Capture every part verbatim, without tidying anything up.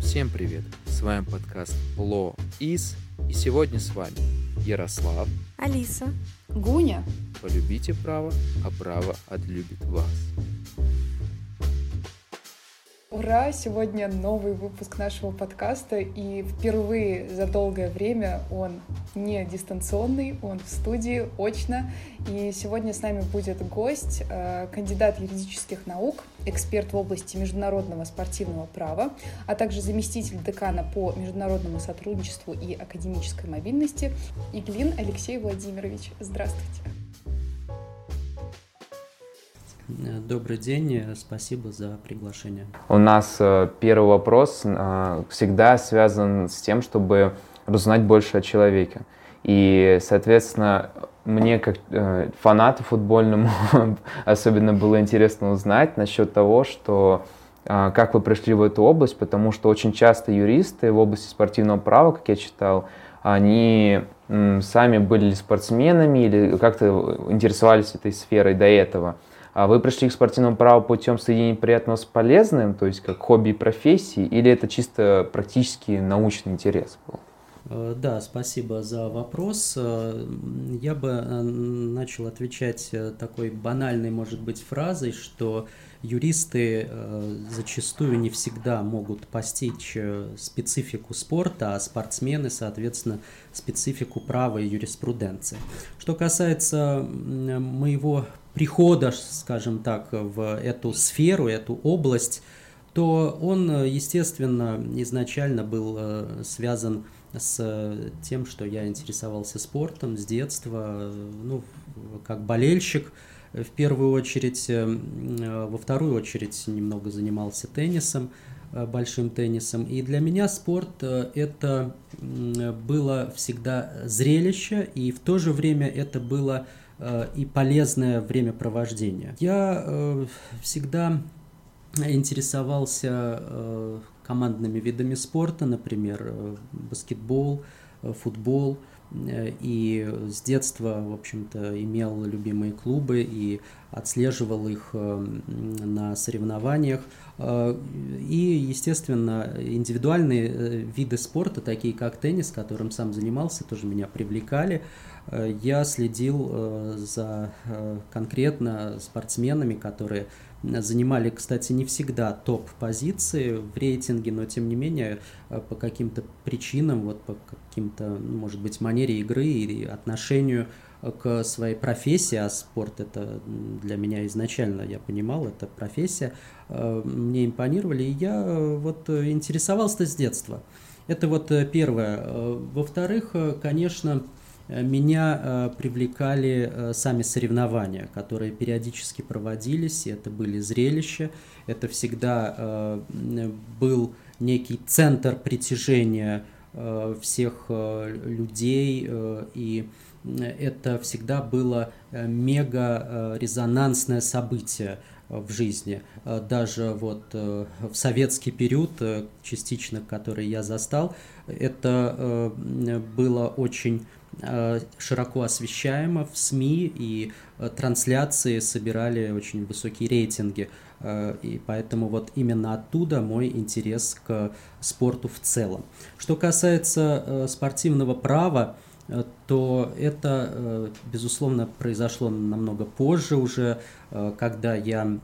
Всем привет! С вами подкаст Ло Из, и сегодня с вами Ярослав, Алиса, Гуня. Полюбите право, а право отлюбит вас. Ура! Сегодня новый выпуск нашего подкаста, и впервые за долгое время он не дистанционный, он в студии, очно. И сегодня с нами будет гость, кандидат юридических наук, эксперт в области международного спортивного права, а также заместитель декана по международному сотрудничеству и академической мобильности Иглин Алексей Владимирович. Здравствуйте! Добрый день, спасибо за приглашение. У нас э, первый вопрос э, всегда связан с тем, чтобы узнать больше о человеке. И, соответственно, мне, как э, фанату футбольному, особенно было интересно узнать насчет того, что э, как вы пришли в эту область, потому что очень часто юристы в области спортивного права, как я читал, они м, сами были спортсменами или как-то интересовались этой сферой до этого. А вы пришли к спортивному праву путем соединения приятного с полезным, то есть как хобби и профессии, или это чисто практически научный интерес был? Да, спасибо за вопрос. Я бы начал отвечать такой банальной, может быть, фразой, что юристы зачастую не всегда могут постичь специфику спорта, а спортсмены, соответственно, специфику права и юриспруденции. Что касается моего прихода, скажем так, в эту сферу, эту область, то он, естественно, изначально был связан с тем, что я интересовался спортом с детства, ну, как болельщик в первую очередь, во вторую очередь немного занимался теннисом, большим теннисом. И для меня спорт это было всегда зрелище, и в то же время это было и полезное времяпровождение. Я э, всегда интересовался э, командными видами спорта, например, э, баскетбол, э, футбол, э, и с детства, в общем-то, имел любимые клубы и отслеживал их э, на соревнованиях. Э, и, естественно, индивидуальные э, виды спорта, такие как теннис, которым сам занимался, тоже меня привлекали. Я следил за конкретно спортсменами, которые занимали, кстати, не всегда топ-позиции в рейтинге, но тем не менее по каким-то причинам, вот по каким-то, может быть, манере игры и отношению к своей профессии, а спорт это для меня изначально, я понимал, это профессия, мне импонировали, и я вот интересовался с детства. Это вот первое. Во-вторых, конечно, меня э, привлекали э, сами соревнования, которые периодически проводились, и это были зрелища, это всегда э, был некий центр притяжения э, всех э, людей, э, и это всегда было э, мега-резонансное событие в жизни. Даже вот э, в советский период, э, частично который я застал, это э, было очень широко освещаемо в СМИ, и трансляции собирали очень высокие рейтинги. И поэтому вот именно оттуда мой интерес к спорту в целом. Что касается спортивного права, то это, безусловно, произошло намного позже уже, когда я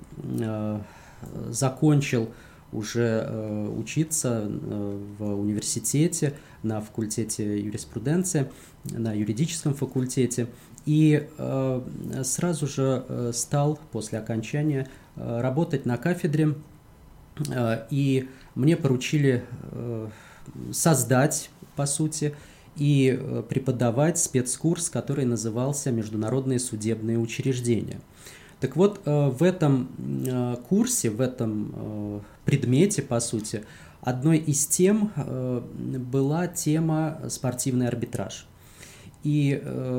закончил уже э, учиться э, в университете, на факультете юриспруденции, на юридическом факультете. И э, сразу же э, стал после окончания э, работать на кафедре. Э, и мне поручили э, создать, по сути, и э, преподавать спецкурс, который назывался «Международные судебные учреждения». Так вот, в этом курсе, в этом предмете, по сути, одной из тем была тема спортивный арбитраж. И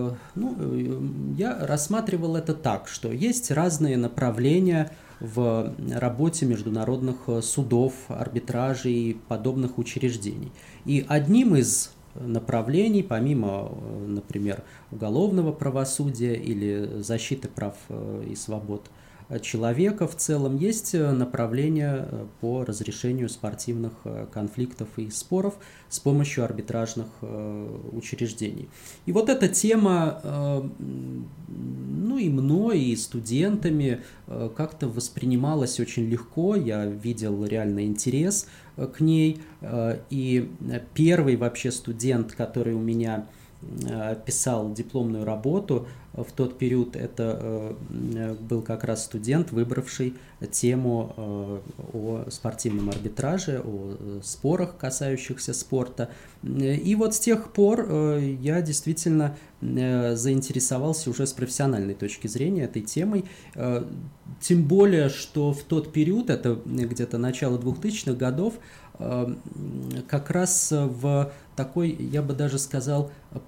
ну, я рассматривал это так, что есть разные направления в работе международных судов, арбитражей и подобных учреждений. И одним из направлений, помимо, например, уголовного правосудия или защиты прав и свобод человека в целом, есть направления по разрешению спортивных конфликтов и споров с помощью арбитражных учреждений. И вот эта тема, ну и мной, и студентами как-то воспринималась очень легко, я видел реальный интерес к ней, и первый вообще студент, который у меня писал дипломную работу в тот период, это был как раз студент, выбравший тему о спортивном арбитраже, о спорах, касающихся спорта. И вот с тех пор я действительно заинтересовался уже с профессиональной точки зрения этой темой. Тем более, что в тот период, это где-то начало двухтысячных годов, как раз в такой, я бы даже сказал,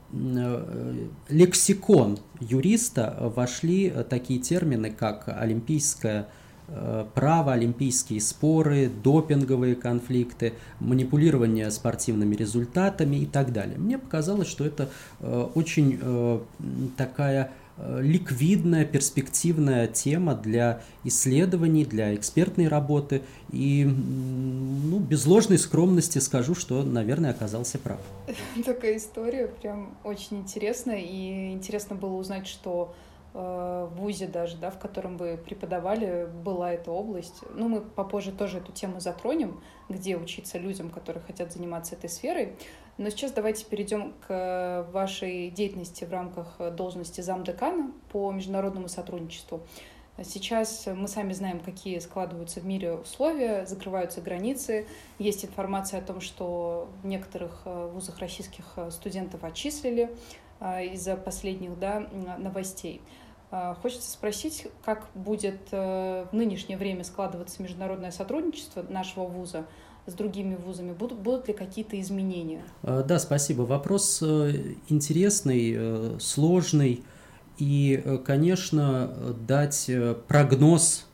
лексикон юриста вошли такие термины, как олимпийское право, олимпийские споры, допинговые конфликты, манипулирование спортивными результатами и так далее. Мне показалось, что это очень такая ликвидная, перспективная тема для исследований, для экспертной работы. И ну, без ложной скромности скажу, что, наверное, оказался прав. Такая история прям очень интересная. И интересно было узнать, что в вузе даже, да, в котором вы преподавали, была эта область. Ну, мы попозже тоже эту тему затронем, где учиться людям, которые хотят заниматься этой сферой. Но сейчас давайте перейдем к вашей деятельности в рамках должности замдекана по международному сотрудничеству. Сейчас мы сами знаем, какие складываются в мире условия, закрываются границы. Есть информация о том, что в некоторых вузах российских студентов отчислили из-за последних, да, новостей. Хочется спросить, как будет в нынешнее время складываться международное сотрудничество нашего вуза с другими вузами? Будут, будут ли какие-то изменения? Да, спасибо. Вопрос интересный, сложный. И, конечно, дать прогноз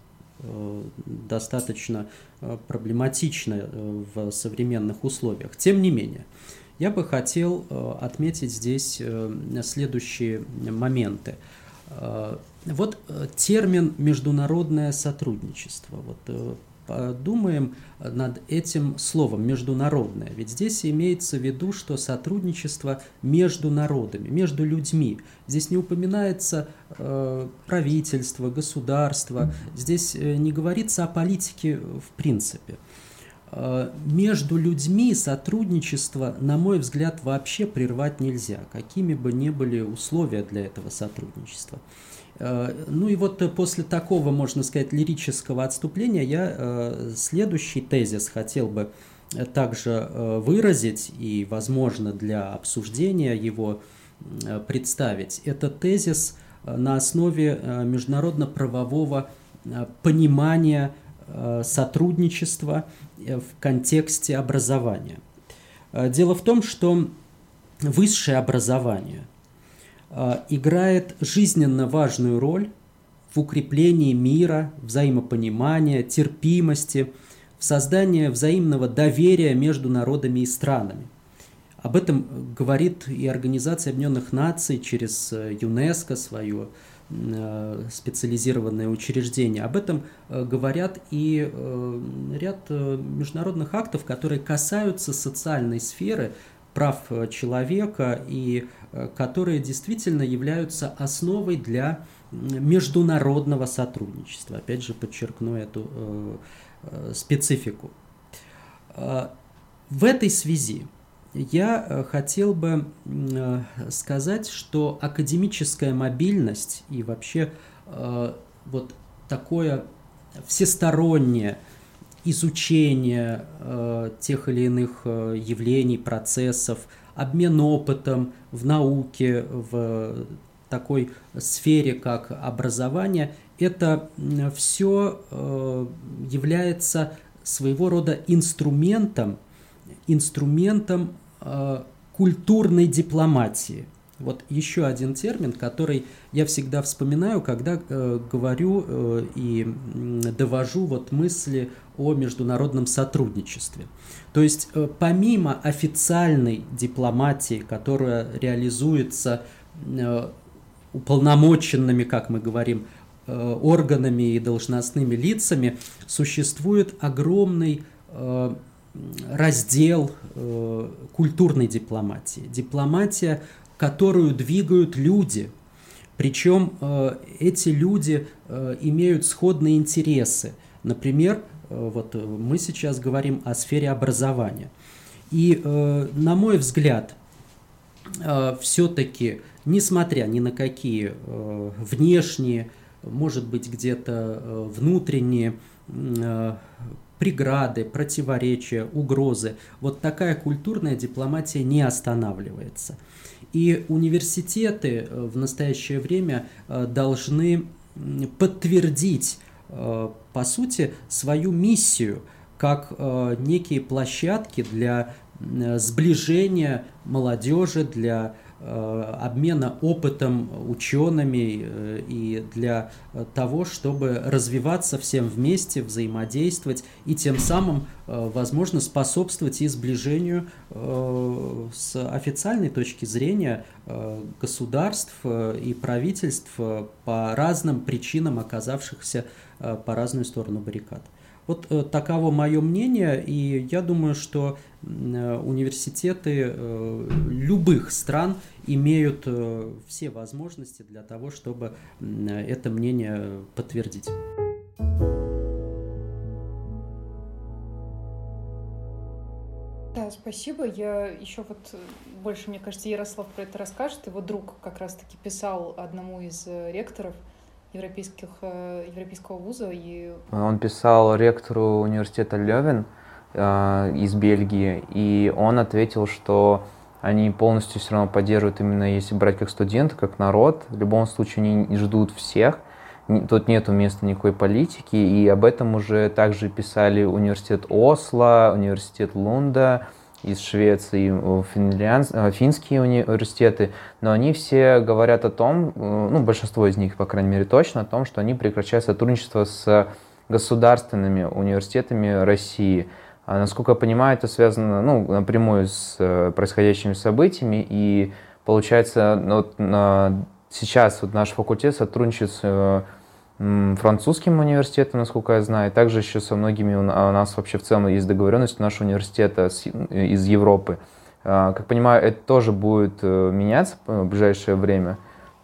достаточно проблематично в современных условиях. Тем не менее, я бы хотел отметить здесь следующие моменты. Вот термин «международное сотрудничество». Вот подумаем над этим словом «международное». Ведь здесь имеется в виду, что сотрудничество между народами, между людьми. Здесь не упоминается э, правительство, государство. Здесь не говорится о политике в принципе. Э, между людьми сотрудничество, на мой взгляд, вообще прервать нельзя, какими бы ни были условия для этого сотрудничества. Ну и вот после такого, можно сказать, лирического отступления я следующий тезис хотел бы также выразить и, возможно, для обсуждения его представить. Это тезис на основе международно-правового понимания сотрудничества в контексте образования. Дело в том, что высшее образование играет жизненно важную роль в укреплении мира, взаимопонимания, терпимости, в создании взаимного доверия между народами и странами. Об этом говорит и Организация Объединенных Наций через ЮНЕСКО, свое специализированное учреждение. Об этом говорят и ряд международных актов, которые касаются социальной сферы, прав человека и которые действительно являются основой для международного сотрудничества. Опять же, подчеркну эту э, э, специфику. В этой связи я хотел бы э, сказать, что академическая мобильность и вообще э, вот такое всестороннее изучение э, тех или иных э, явлений, процессов, обмен опытом в науке, в такой сфере, как образование, это все э, является своего рода инструментом, инструментом э, культурной дипломатии. Вот еще один термин, который я всегда вспоминаю, когда э, говорю э, и довожу вот мысли о международном сотрудничестве. То есть э, помимо официальной дипломатии, которая реализуется э, уполномоченными, как мы говорим, органами и должностными лицами существует огромный раздел культурной дипломатии. Дипломатия, которую двигают люди. Причем эти люди имеют сходные интересы. Например, вот мы сейчас говорим о сфере образования. И, на мой взгляд, все-таки, несмотря ни на какие внешние, может быть, где-то внутренние преграды, противоречия, угрозы, вот такая культурная дипломатия не останавливается. И университеты в настоящее время должны подтвердить, по сути, свою миссию как некие площадки для сближения молодежи, для обмена опытом учеными и для того, чтобы развиваться всем вместе, взаимодействовать и тем самым, возможно, способствовать и сближению с официальной точки зрения государств и правительств по разным причинам, оказавшихся по разную сторону баррикад. Вот э, таково мое мнение, и я думаю, что э, университеты э, любых стран имеют э, все возможности для того, чтобы э, это мнение подтвердить. Да, спасибо. Я еще вот больше, мне кажется, Ярослав про это расскажет. Его друг как раз-таки писал одному из ректоров европейских, европейского вуза. И... Он писал ректору университета Лёвен э, из Бельгии, и он ответил, что они полностью все равно поддерживают, именно если брать как студенты, как народ. В любом случае они ждут всех, тут нету места никакой политики, и об этом уже также писали университет Осло, университет Лунда из Швеции, финлянд... финские университеты, но они все говорят о том, ну, большинство из них, по крайней мере, точно, о том, что они прекращают сотрудничество с государственными университетами России. А, насколько я понимаю, это связано, ну, напрямую с происходящими событиями, и получается, вот, сейчас вот наш факультет сотрудничает с французским университетом, насколько я знаю, также еще со многими, у нас вообще в целом есть договоренность нашего университета из Европы. Как понимаю, это тоже будет меняться в ближайшее время.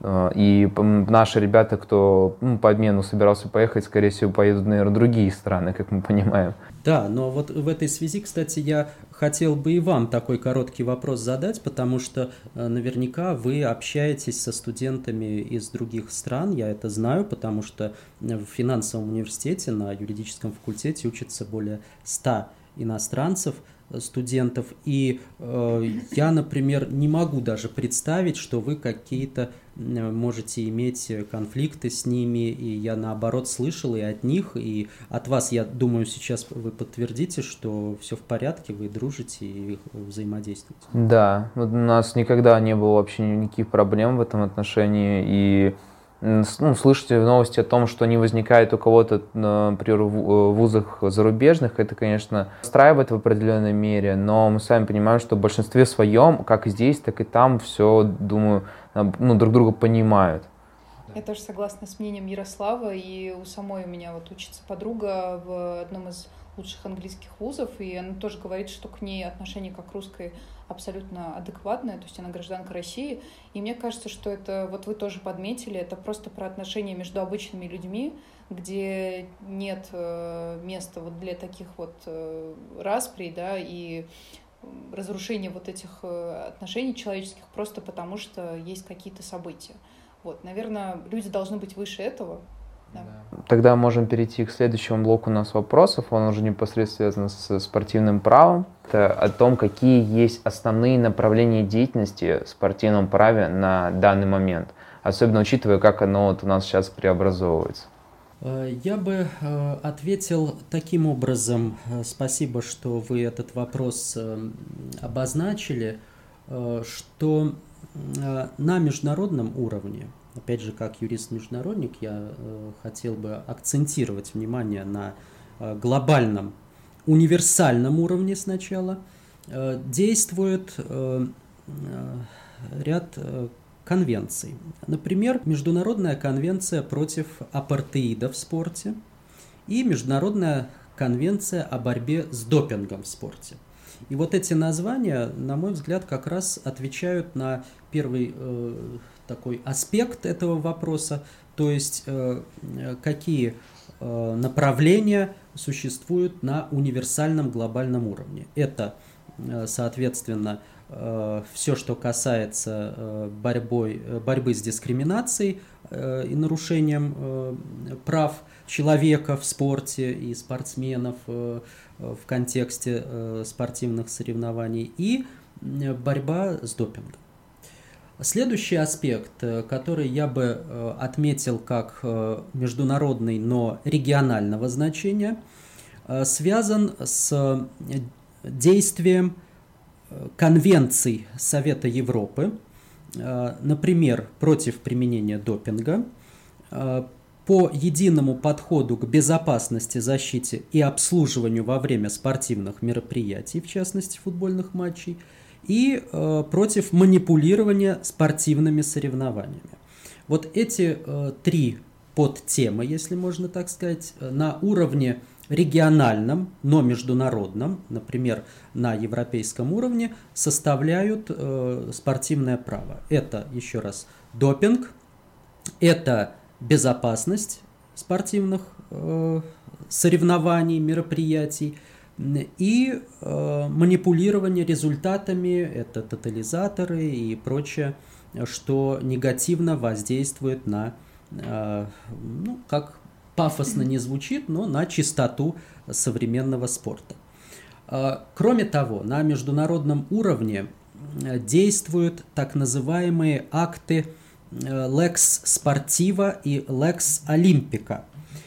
И наши ребята, кто ну, по обмену собирался поехать, скорее всего, поедут, наверное, в другие страны, как мы понимаем. Да, но вот в этой связи, кстати, я хотел бы и вам такой короткий вопрос задать, потому что наверняка вы общаетесь со студентами из других стран, я это знаю, потому что в финансовом университете на юридическом факультете учатся более ста иностранцев, студентов, и э, я, например, не могу даже представить, что вы какие-то э, можете иметь конфликты с ними, и я, наоборот, слышал и от них, и от вас, я думаю, сейчас вы подтвердите, что все в порядке, вы дружите и взаимодействуете. Да, у нас никогда не было вообще никаких проблем в этом отношении, и ну, слышите новости о том, что не возникает у кого-то, например, в вузах зарубежных, это, конечно, устраивает в определенной мере, но мы сами понимаем, что в большинстве своем, как здесь, так и там, все, думаю, ну, друг друга понимают. Я тоже согласна с мнением Ярослава, и у самой у меня вот учится подруга в одном из лучших английских вузов, и она тоже говорит, что к ней отношение как к русской абсолютно адекватное, то есть она гражданка России, и мне кажется, что это, вот вы тоже подметили, это просто про отношения между обычными людьми, где нет э, места вот для таких вот э, расприй, да, и разрушения вот этих э, отношений человеческих просто потому, что есть какие-то события. Вот, наверное, люди должны быть выше этого. Да. Тогда можем перейти к следующему блоку у нас вопросов. Он уже непосредственно связан с спортивным правом. Это о том, какие есть основные направления деятельности в спортивном праве на данный момент. Особенно учитывая, как оно вот у нас сейчас преобразовывается. Я бы ответил таким образом. Спасибо, что вы этот вопрос обозначили, что на международном уровне, опять же, как юрист-международник, я э, хотел бы акцентировать внимание на э, глобальном, универсальном уровне сначала. Э, действует э, э, ряд э, конвенций. Например, Международная конвенция против апартеида в спорте и Международная конвенция о борьбе с допингом в спорте. И вот эти названия, на мой взгляд, как раз отвечают на первый э, такой аспект этого вопроса, то есть э, какие э, направления существуют на универсальном глобальном уровне. Это, э, соответственно, э, все, что касается э, борьбой, борьбы с дискриминацией э, и нарушением э, прав человека в спорте и спортсменов э, в контексте э, спортивных соревнований, и э, борьба с допингом. Следующий аспект, э, который я бы э, отметил как э, международный, но регионального значения, э, связан с действием э, конвенций Совета Европы, э, например, против применения допинга, э, по единому подходу к безопасности, защите и обслуживанию во время спортивных мероприятий, в частности футбольных матчей, и э, против манипулирования спортивными соревнованиями. Вот эти э, три подтемы, если можно так сказать, на уровне региональном, но международном, например, на европейском уровне, составляют э, спортивное право. Это, еще раз, допинг, это безопасность спортивных э, соревнований, мероприятий и э, манипулирование результатами, это тотализаторы и прочее, что негативно воздействует на, э, ну, как пафосно не звучит, но на чистоту современного спорта. Э, кроме того, на международном уровне действуют так называемые акты Lex Sportiva и Lex Olympica.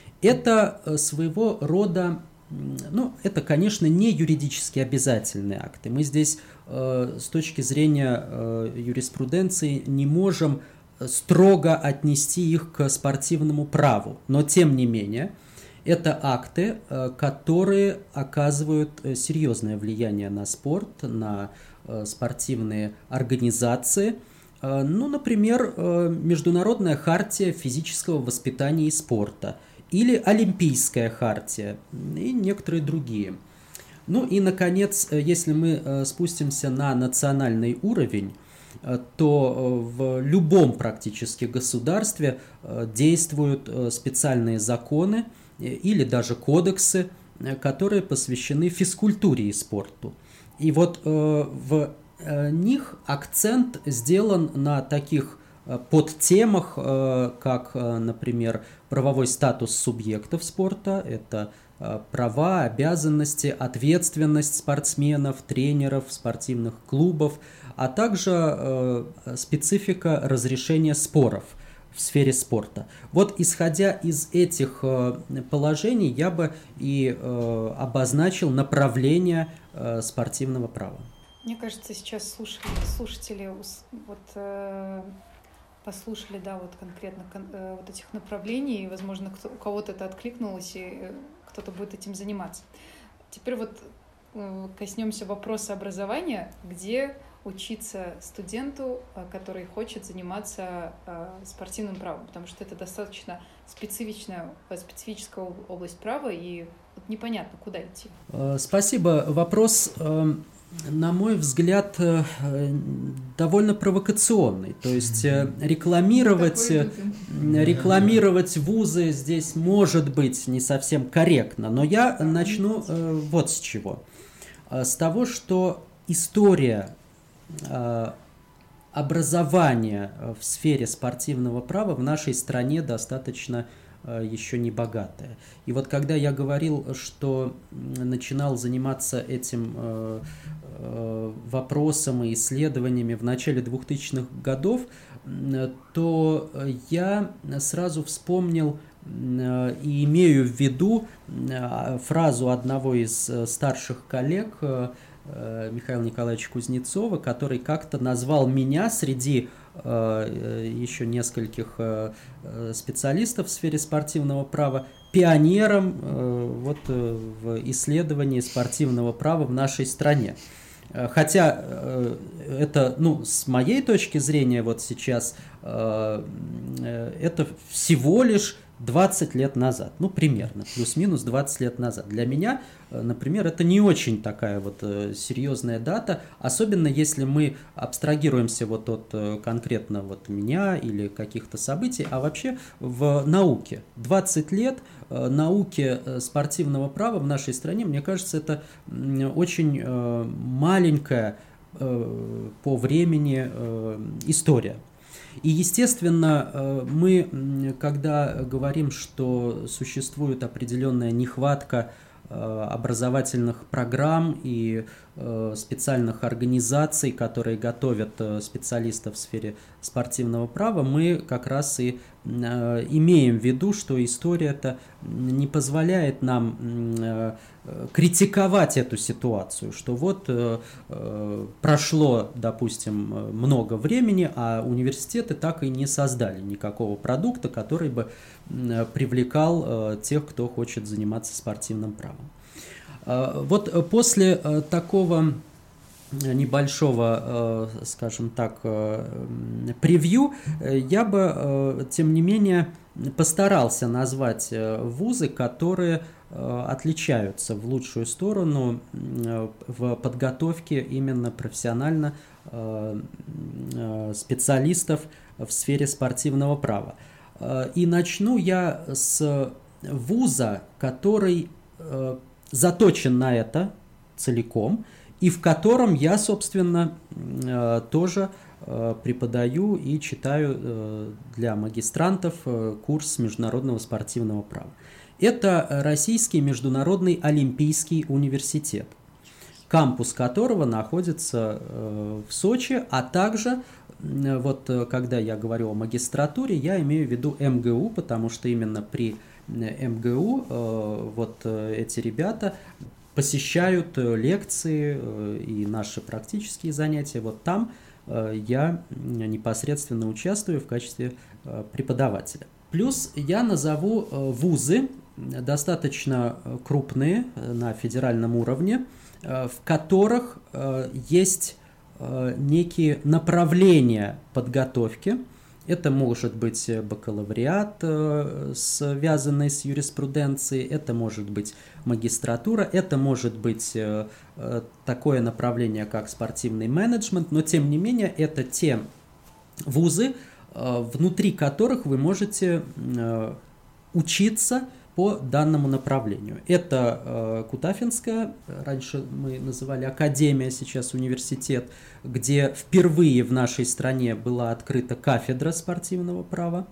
Это своего рода, ну, это, конечно, не юридически обязательные акты. Мы здесь э, с точки зрения э, юриспруденции не можем строго отнести их к спортивному праву, но тем не менее это акты, э, которые оказывают серьезное влияние на спорт, на э, спортивные организации. Ну, например, Международная хартия физического воспитания и спорта или Олимпийская хартия и некоторые другие. Ну и, наконец, если мы спустимся на национальный уровень, то в любом практически государстве действуют специальные законы или даже кодексы, которые посвящены физкультуре и спорту. И вот в них акцент сделан на таких подтемах, как, например, правовой статус субъектов спорта, это права, обязанности, ответственность спортсменов, тренеров, спортивных клубов, а также специфика разрешения споров в сфере спорта. Вот исходя из этих положений, я бы и обозначил направление спортивного права. Мне кажется, сейчас слушали, слушатели вот, э, послушали, да, вот конкретно кон, э, вот этих направлений, и, возможно, кто, у кого-то это откликнулось, и э, кто-то будет этим заниматься. Теперь вот э, коснемся вопроса образования, где учиться студенту, э, который хочет заниматься э, спортивным правом, потому что это достаточно специфичная, специфическая область права, и вот непонятно, куда идти. Спасибо. Вопрос... Э... на мой взгляд, довольно провокационный. То есть рекламировать, рекламировать вузы здесь может быть не совсем корректно. Но я начну вот с чего. С того, что история образования в сфере спортивного права в нашей стране достаточно еще не богатая. И вот когда я говорил, что начинал заниматься этим э, э, вопросом и исследованиями в начале двухтысячных годов, то я сразу вспомнил э, и имею в виду э, фразу одного из старших коллег, э, Михаила Николаевича Кузнецова, который как-то назвал меня среди еще нескольких специалистов в сфере спортивного права пионером вот, в исследовании спортивного права в нашей стране. Хотя это, ну, с моей точки зрения, вот сейчас это всего лишь двадцать лет назад, ну, примерно, плюс-минус двадцать лет назад. Для меня, например, это не очень такая вот серьезная дата, особенно если мы абстрагируемся вот от конкретно вот меня или каких-то событий, а вообще в науке. двадцать лет науке спортивного права в нашей стране, мне кажется, это очень маленькая по времени история. И, естественно, мы, когда говорим, что существует определенная нехватка образовательных программ и специальных организаций, которые готовят специалистов в сфере спортивного права, мы как раз и имеем в виду, что история-то не позволяет нам критиковать эту ситуацию, что вот прошло, допустим, много времени, а университеты так и не создали никакого продукта, который бы привлекал тех, кто хочет заниматься спортивным правом. Вот после такого небольшого, скажем так, превью, я бы, тем не менее, постарался назвать вузы, которые отличаются в лучшую сторону в подготовке именно профессионально специалистов в сфере спортивного права. И начну я с вуза, который заточен на это целиком, и в котором я, собственно, тоже преподаю и читаю для магистрантов курс международного спортивного права. Это Российский международный олимпийский университет, кампус которого находится в Сочи, а также, вот когда я говорю о магистратуре, я имею в виду эм гэ у, потому что именно при эм гэ у вот эти ребята посещают лекции и наши практические занятия. Вот там я непосредственно участвую в качестве преподавателя. Плюс я назову вузы, достаточно крупные на федеральном уровне, в которых есть некие направления подготовки. Это может быть бакалавриат, связанный с юриспруденцией, это может быть магистратура, это может быть такое направление, как спортивный менеджмент, но тем не менее это те вузы, внутри которых вы можете учиться по данному направлению. Это Кутафинская, раньше мы называли академия, сейчас университет, где впервые в нашей стране была открыта кафедра спортивного права.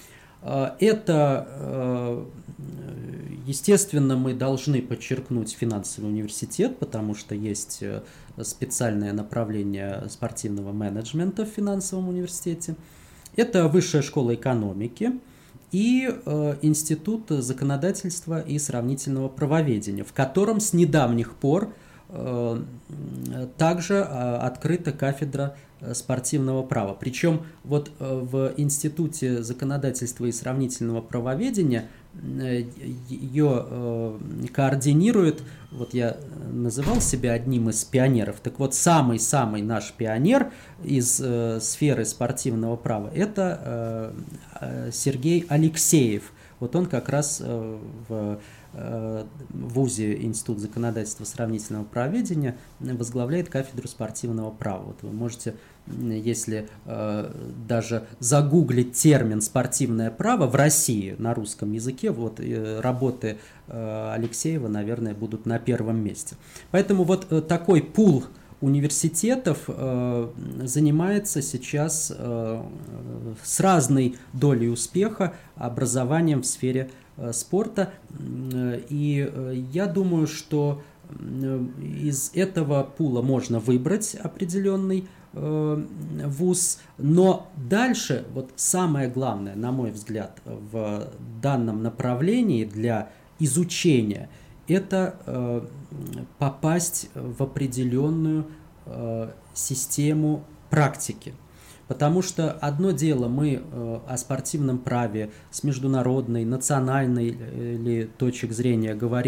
Это, естественно, мы должны подчеркнуть финансовый университет, потому что есть специальное направление спортивного менеджмента в финансовом университете. Это Высшая школа экономики и э, Институт законодательства и сравнительного правоведения, в котором с недавних пор э, также э, открыта кафедра спортивного права. Причем вот э, в Институте законодательства и сравнительного правоведения э, ее э, координирует, вот я называл себя одним из пионеров, так вот самый-самый наш пионер из э, сферы спортивного права – это э, Сергей Алексеев. Вот он как раз э, в э, вузе Институт законодательства сравнительного правоведения возглавляет кафедру спортивного права. Вот вы можете, если э, даже загуглить термин «спортивное право» в России на русском языке, вот э, работы э, Алексеева, наверное, будут на первом месте. Поэтому вот э, такой пул университетов э, занимается сейчас э, с разной долей успеха образованием в сфере э, спорта. И э, я думаю, что э, из этого пула можно выбрать определенный э, вуз, но дальше вот самое главное, на мой взгляд, в данном направлении для изучения – это э, попасть в определенную э, систему практики. Потому что одно дело мы э, о спортивном праве с международной, национальной или точек зрения говорим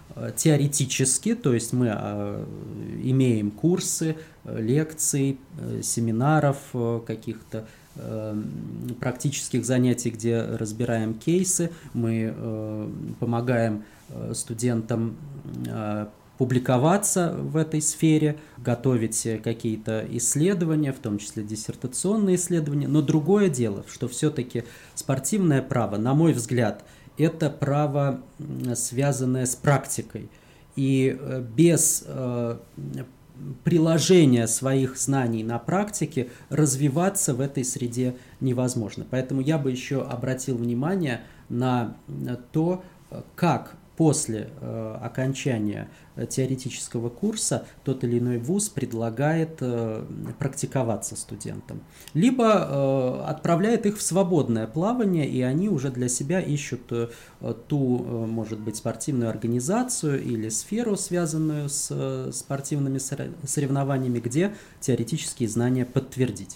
теоретически, то есть мы имеем курсы, лекции, семинаров, каких-то практических занятий, где разбираем кейсы, мы помогаем студентам публиковаться в этой сфере, готовить какие-то исследования, в том числе диссертационные исследования. Но другое дело, что все-таки спортивное право, на мой взгляд, это право, связанное с практикой. И без приложения своих знаний на практике развиваться в этой среде невозможно. Поэтому я бы еще обратил внимание на то, как после э, окончания теоретического курса тот или иной вуз предлагает э, практиковаться студентам. Либо э, отправляет их в свободное плавание, и они уже для себя ищут э, ту, э, может быть, спортивную организацию или сферу, связанную с э, спортивными соревнованиями, где теоретические знания подтвердить.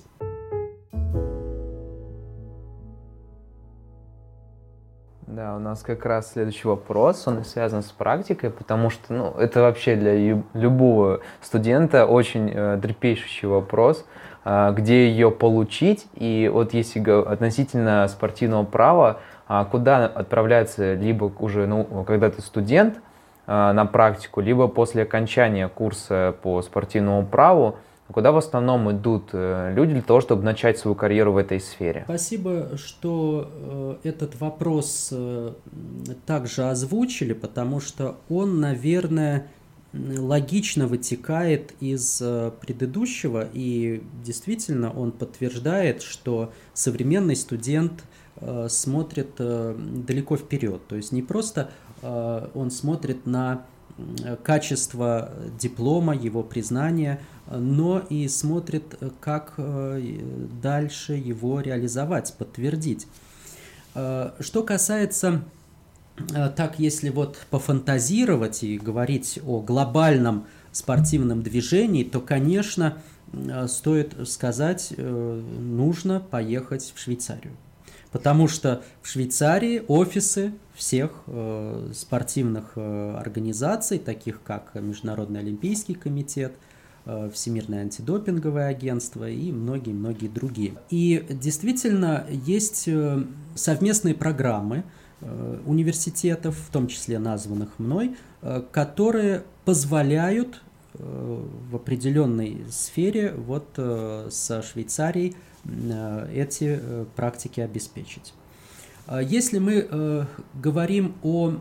Да, у нас как раз следующий вопрос, он связан с практикой, потому что ну, это вообще для любого студента очень э, трепещущий вопрос, э, где ее получить. И вот если относительно спортивного права, э, куда отправляться либо уже, ну, когда ты студент э, на практику, либо после окончания курса по спортивному праву, куда в основном идут люди для того, чтобы начать свою карьеру в этой сфере? Спасибо, что э, этот вопрос э, также озвучили, потому что он, наверное, логично вытекает из э, предыдущего, и действительно он подтверждает, что современный студент э, смотрит э, далеко вперед. То есть не просто э, он смотрит на качество диплома, его признания, но и смотрит, как дальше его реализовать, подтвердить. Что касается, так если вот пофантазировать и говорить о глобальном спортивном движении, то, конечно, стоит сказать, нужно поехать в Швейцарию. Потому что в Швейцарии офисы всех э, спортивных э, организаций, таких как Международный олимпийский комитет, э, Всемирное антидопинговое агентство и многие-многие другие. И действительно есть э, совместные программы э, университетов, в том числе названных мной, э, которые позволяют э, в определенной сфере вот, э, со Швейцарией эти практики обеспечить. Если мы говорим о,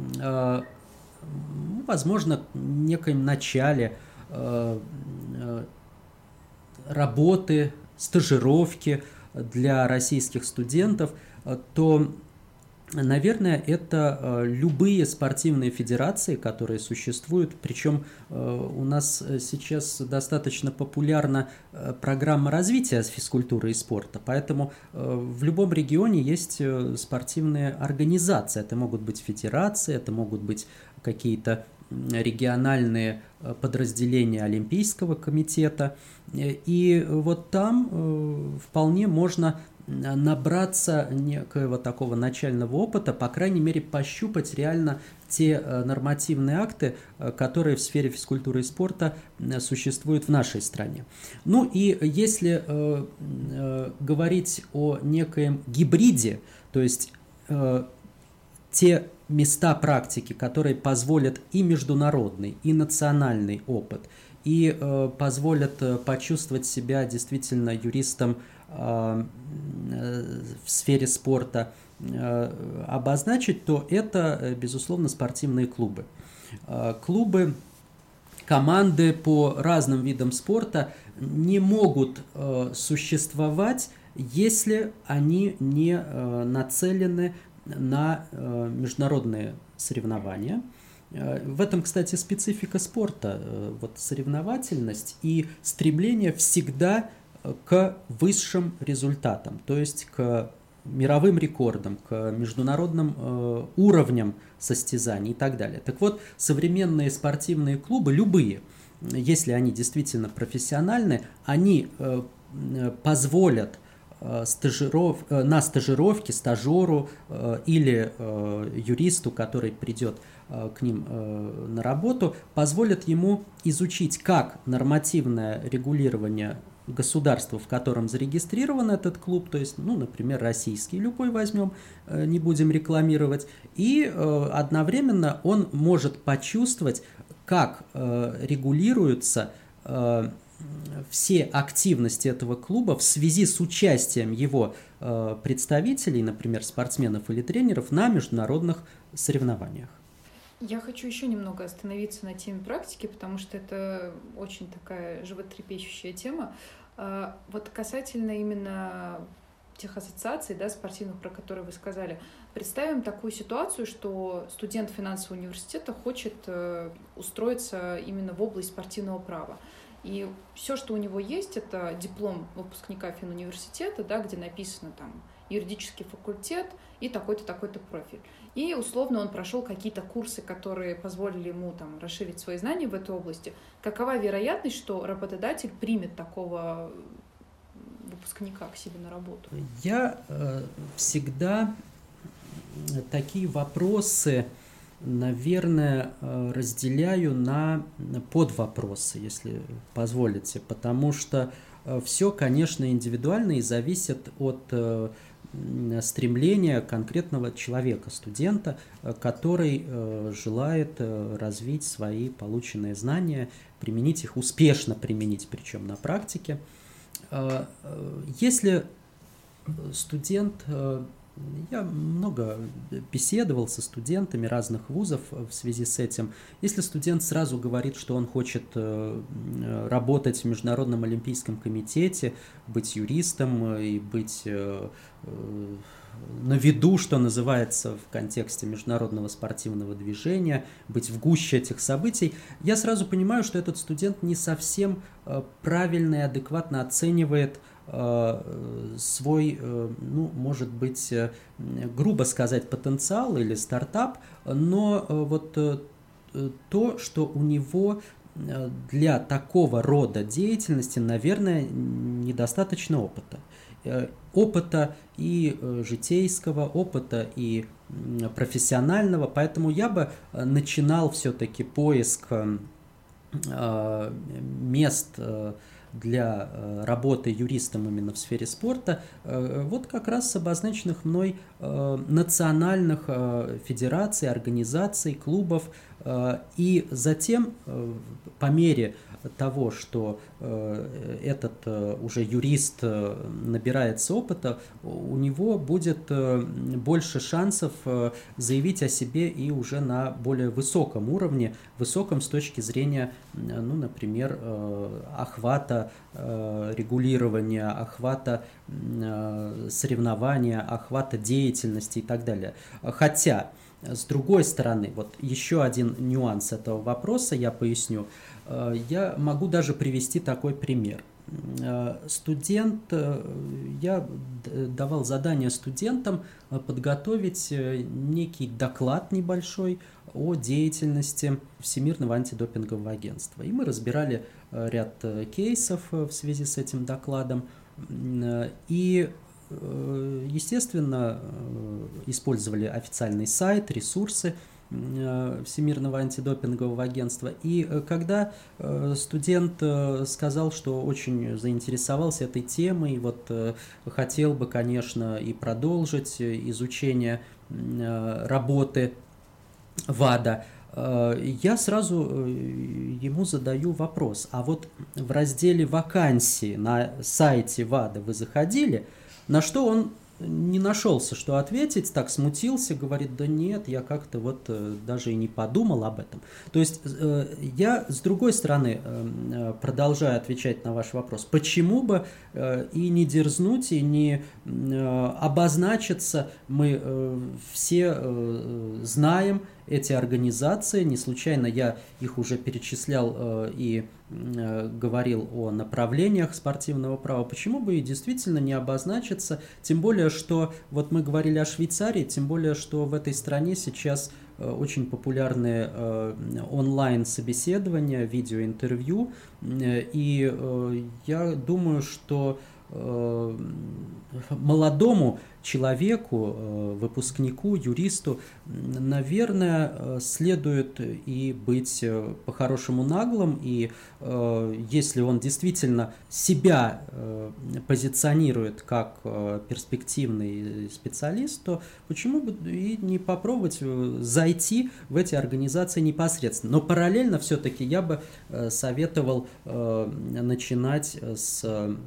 возможно, некоем начале работы, стажировки для российских студентов, то, наверное, это любые спортивные федерации, которые существуют. Причем у нас сейчас достаточно популярна программа развития физкультуры и спорта, поэтому в любом регионе есть спортивные организации. Это могут быть федерации, это могут быть какие-то региональные подразделения Олимпийского комитета. И вот там вполне можно набраться некоего такого начального опыта, по крайней мере, пощупать реально те нормативные акты, которые в сфере физкультуры и спорта существуют в нашей стране. Ну и если э, э, говорить о некоем гибриде, то есть э, те места практики, которые позволят и международный, и национальный опыт, и э, позволят э, почувствовать себя действительно юристом э, э, в сфере спорта, э, обозначить, то это, э, безусловно, спортивные клубы. Э, клубы, команды по разным видам спорта не могут э, существовать, если они не э, нацелены на э, международные соревнования. В этом, кстати, специфика спорта, вот соревновательность и стремление всегда к высшим результатам, то есть к мировым рекордам, к международным э, уровням состязаний и так далее. Так вот, современные спортивные клубы, любые, если они действительно профессиональны, они э, позволят стажиров, на стажировке стажеру или юристу, который придет к ним на работу, позволят ему изучить, как нормативное регулирование государства, в котором зарегистрирован этот клуб, то есть, ну, например, российский, любой возьмем, не будем рекламировать, и одновременно он может почувствовать, как регулируются все активности этого клуба в связи с участием его представителей, например, спортсменов или тренеров, на международных соревнованиях. Я хочу еще немного остановиться на теме практики, потому что это очень такая животрепещущая тема. Вот касательно именно тех ассоциаций, да, спортивных, про которые вы сказали, представим такую ситуацию, что студент финансового университета хочет устроиться именно в область спортивного права. И все, что у него есть, это диплом выпускника финуниверситета, да, где написано там юридический факультет и такой-то, такой-то профиль. И условно он прошел какие-то курсы, которые позволили ему там расширить свои знания в этой области. Какова вероятность, что работодатель примет такого выпускника к себе на работу? Я э, всегда такие вопросы, наверное, разделяю на подвопросы, если позволите, потому что все, конечно, индивидуально и зависит от стремления конкретного человека, студента, который желает развить свои полученные знания, применить их, успешно применить, причем на практике. Если студент... Я много беседовал со студентами разных вузов в связи с этим. Если студент сразу говорит, что он хочет работать в Международном олимпийском комитете, быть юристом и быть на виду, что называется, в контексте международного спортивного движения, быть в гуще этих событий, я сразу понимаю, что этот студент не совсем правильно и адекватно оценивает свой, ну, может быть, грубо сказать, потенциал или стартап, но вот то, что у него для такого рода деятельности, наверное, недостаточно опыта. Опыта и житейского, опыта и профессионального, поэтому я бы начинал все-таки поиск мест для работы юристом именно в сфере спорта, вот как раз с обозначенных мной национальных федераций, организаций, клубов, и затем по мере того, что этот уже юрист набирается опыта, у него будет больше шансов заявить о себе и уже на более высоком уровне, высоком с точки зрения, ну, например, охвата регулирования, охвата соревнования, охвата деятельности и так далее. Хотя, с другой стороны, вот еще один нюанс этого вопроса я поясню. Я могу даже привести такой пример. Студент, я давал задание студентам подготовить некий доклад небольшой о деятельности Всемирного антидопингового агентства. И мы разбирали ряд кейсов в связи с этим докладом. И, естественно, использовали официальный сайт, ресурсы Всемирного антидопингового агентства. И когда студент сказал, что очень заинтересовался этой темой, вот хотел бы, конечно, и продолжить изучение работы ВАДА, я сразу ему задаю вопрос: а вот в разделе вакансии на сайте ВАДА вы заходили? На что он не нашелся, что ответить, так смутился, говорит: да нет, я как-то вот э, даже и не подумал об этом. То есть э, я, с другой стороны, э, продолжаю отвечать на ваш вопрос, почему бы э, и не дерзнуть, и не э, обозначиться. Мы э, все э, знаем эти организации, не случайно я их уже перечислял э, и э, говорил о направлениях спортивного права. Почему бы и действительно не обозначиться, тем более, что вот мы говорили о Швейцарии, тем более, что в этой стране сейчас э, очень популярны э, онлайн-собеседования, видеоинтервью, э, и э, я думаю, что молодому человеку, выпускнику, юристу, наверное, следует и быть по-хорошему наглым, и если он действительно себя позиционирует как перспективный специалист, то почему бы и не попробовать зайти в эти организации непосредственно. Но параллельно все-таки я бы советовал начинать с,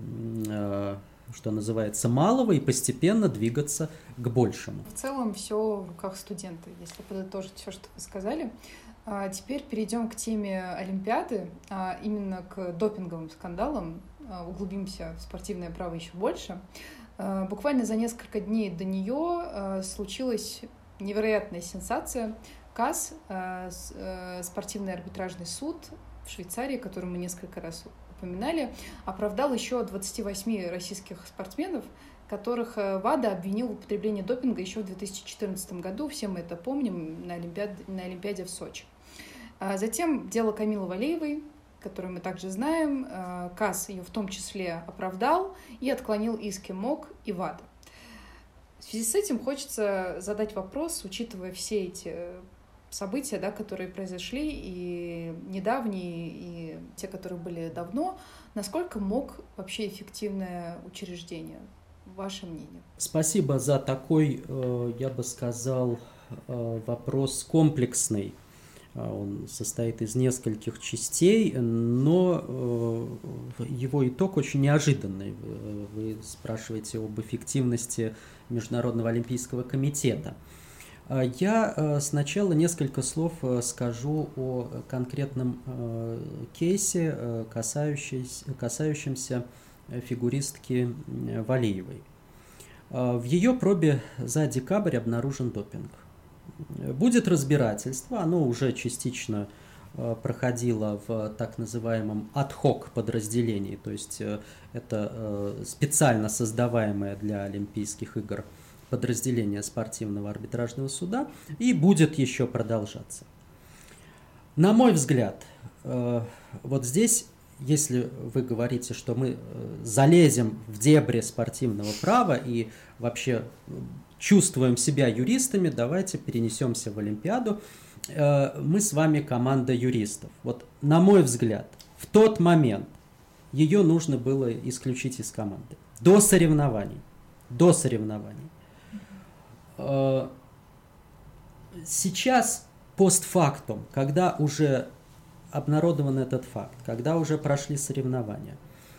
что называется, малого и постепенно двигаться к большему. В целом все в руках студента, если подытожить все, что вы сказали. А теперь перейдем к теме Олимпиады, а именно к допинговым скандалам. Углубимся в спортивное право еще больше. Буквально за несколько дней до нее случилась невероятная сенсация. КАС, спортивный арбитражный суд в Швейцарии, который мы несколько раз упоминали, оправдал еще двадцати восьми российских спортсменов, которых ВАДА обвинил в употреблении допинга еще в две тысячи четырнадцатом году. Все мы это помним на Олимпиаде, на Олимпиаде в Сочи. Затем дело Камилы Валеевой, которую мы также знаем. КАС ее в том числе оправдал и отклонил иски МОК и ВАДА. В связи с этим хочется задать вопрос, учитывая все эти события, да, которые произошли, и недавние, и те, которые были давно, насколько МОК вообще эффективное учреждение? Ваше мнение? Спасибо за такой, я бы сказал, вопрос комплексный. Он состоит из нескольких частей, но его итог очень неожиданный. Вы спрашиваете об эффективности Международного олимпийского комитета. Я сначала несколько слов скажу о конкретном кейсе, касающемся фигуристки Валеевой. В ее пробе за декабрь обнаружен допинг. Будет разбирательство, оно уже частично проходило в так называемом ад-хок подразделении, то есть это специально создаваемое для Олимпийских игр подразделение спортивного арбитражного суда, и будет еще продолжаться. На мой взгляд, вот здесь, если вы говорите, что мы залезем в дебри спортивного права и вообще чувствуем себя юристами, давайте перенесемся в Олимпиаду. Мы с вами команда юристов. Вот, на мой взгляд, в тот момент ее нужно было исключить из команды. До соревнований. До соревнований. Сейчас, постфактум, когда уже обнародован этот факт, когда уже прошли соревнования,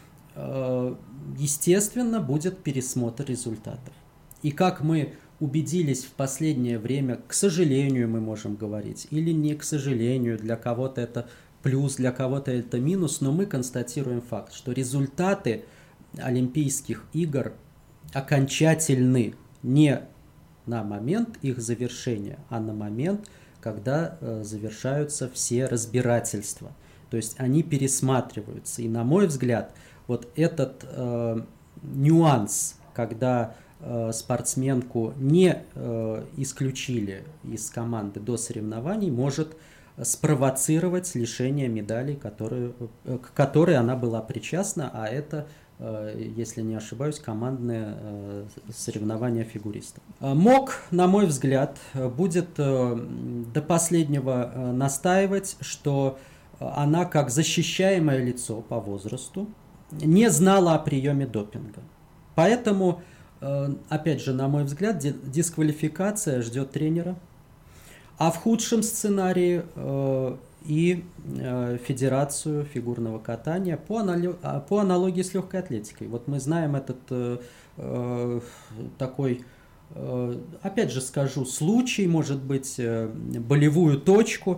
естественно, будет пересмотр результатов. И как мы убедились в последнее время, к сожалению, мы можем говорить, или не к сожалению, для кого-то это плюс, для кого-то это минус, но мы констатируем факт, что результаты Олимпийских игр окончательны не на момент их завершения, а на момент, когда э, завершаются все разбирательства. То есть они пересматриваются. И на мой взгляд, вот этот э, нюанс, когда э, спортсменку не э, исключили из команды до соревнований, может спровоцировать лишение медалей, которые, э, к которой она была причастна, а это, если не ошибаюсь, командное соревнование фигуристов. МОК, на мой взгляд, будет до последнего настаивать, что она, как защищаемое лицо по возрасту, не знала о приеме допинга. Поэтому, опять же, на мой взгляд, дисквалификация ждет тренера, а в худшем сценарии и э, Федерацию фигурного катания по, анали... по аналогии с легкой атлетикой. Вот мы знаем этот э, э, такой, э, опять же скажу, случай, может быть, э, болевую точку,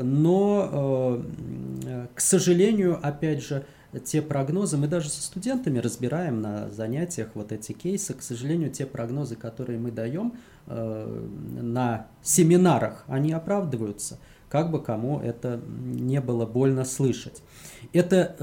но, э, к сожалению, опять же, те прогнозы, мы даже со студентами разбираем на занятиях вот эти кейсы, к сожалению, те прогнозы, которые мы даем э, на семинарах, они оправдываются. Как бы кому это не было больно слышать. Это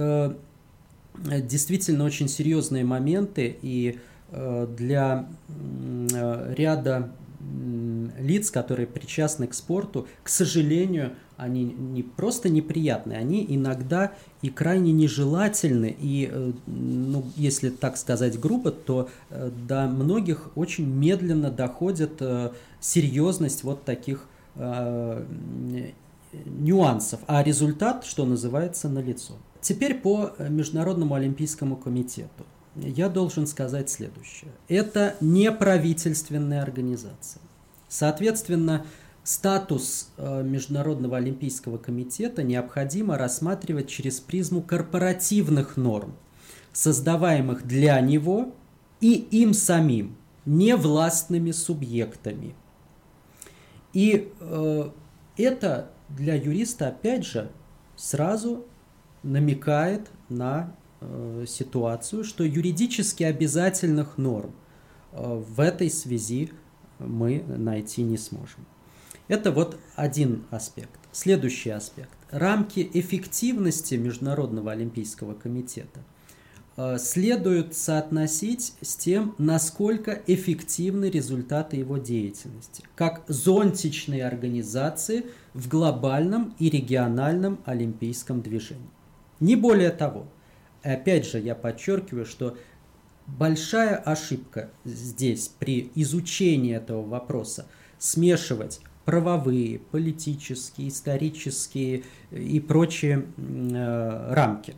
э, действительно очень серьезные моменты, и э, для э, ряда э, лиц, которые причастны к спорту, к сожалению, они не просто неприятны, они иногда и крайне нежелательны, и, ну, если так сказать грубо, то до многих очень медленно доходит серьезность вот таких э, нюансов, а результат, что называется, налицо. Теперь по Международному олимпийскому комитету. Я должен сказать следующее. Это неправительственная организация. Соответственно, статус Международного олимпийского комитета необходимо рассматривать через призму корпоративных норм, создаваемых для него и им самим, невластными субъектами. И э, это для юриста, опять же, сразу намекает на ситуацию, что юридически обязательных норм в этой связи мы найти не сможем. Это вот один аспект. Следующий аспект. Рамки эффективности Международного олимпийского комитета следует соотносить с тем, насколько эффективны результаты его деятельности, как зонтичной организации в глобальном и региональном олимпийском движении. Не более того. Опять же, я подчеркиваю, что большая ошибка здесь при изучении этого вопроса смешивать правовые, политические, исторические и прочие э, рамки.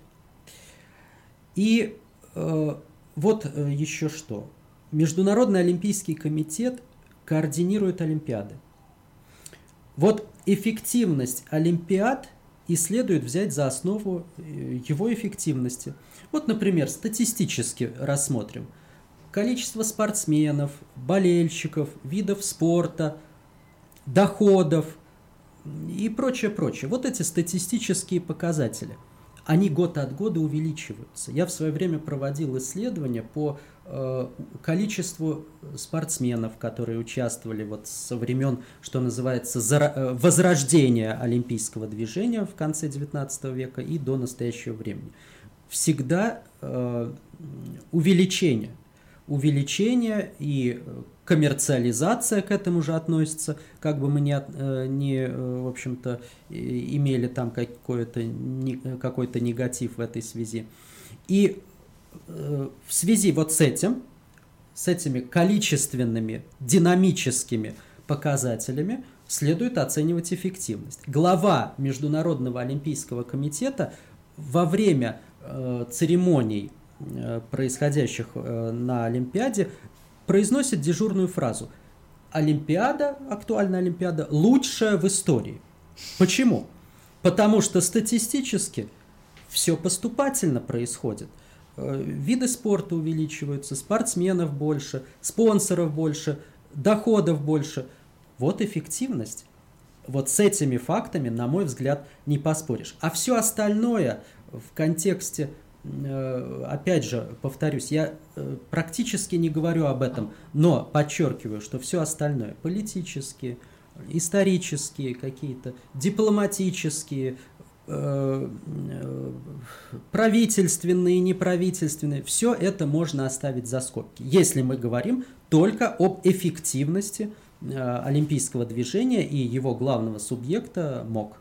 И э, вот э, еще что. Международный олимпийский комитет координирует олимпиады. Вот эффективность олимпиад и следует взять за основу его эффективности. Вот, например, статистически рассмотрим количество спортсменов, болельщиков, видов спорта, доходов и прочее, прочее. Вот эти статистические показатели, они год от года увеличиваются. Я в свое время проводил исследования по э, количеству спортсменов, которые участвовали вот со времен, что называется, зара- возрождения олимпийского движения в конце девятнадцатого века и до настоящего времени. Всегда э, увеличение. Увеличение и коммерциализация к этому же относится, как бы мы не, не в общем-то, имели там какой-то, какой-то негатив в этой связи. И в связи вот с этим, с этими количественными, динамическими показателями следует оценивать эффективность. Глава Международного олимпийского комитета во время э, церемоний, э, происходящих э, на Олимпиаде, произносит дежурную фразу: «Олимпиада, актуальная Олимпиада, лучшая в истории». Почему? Потому что статистически все поступательно происходит. Виды спорта увеличиваются, спортсменов больше, спонсоров больше, доходов больше. Вот эффективность. Вот с этими фактами, на мой взгляд, не поспоришь. А все остальное в контексте, опять же, повторюсь, я практически не говорю об этом, но подчеркиваю, что все остальное, политические, исторические какие-то, дипломатические, правительственные, неправительственные, все это можно оставить за скобки, если мы говорим только об эффективности олимпийского движения и его главного субъекта МОК.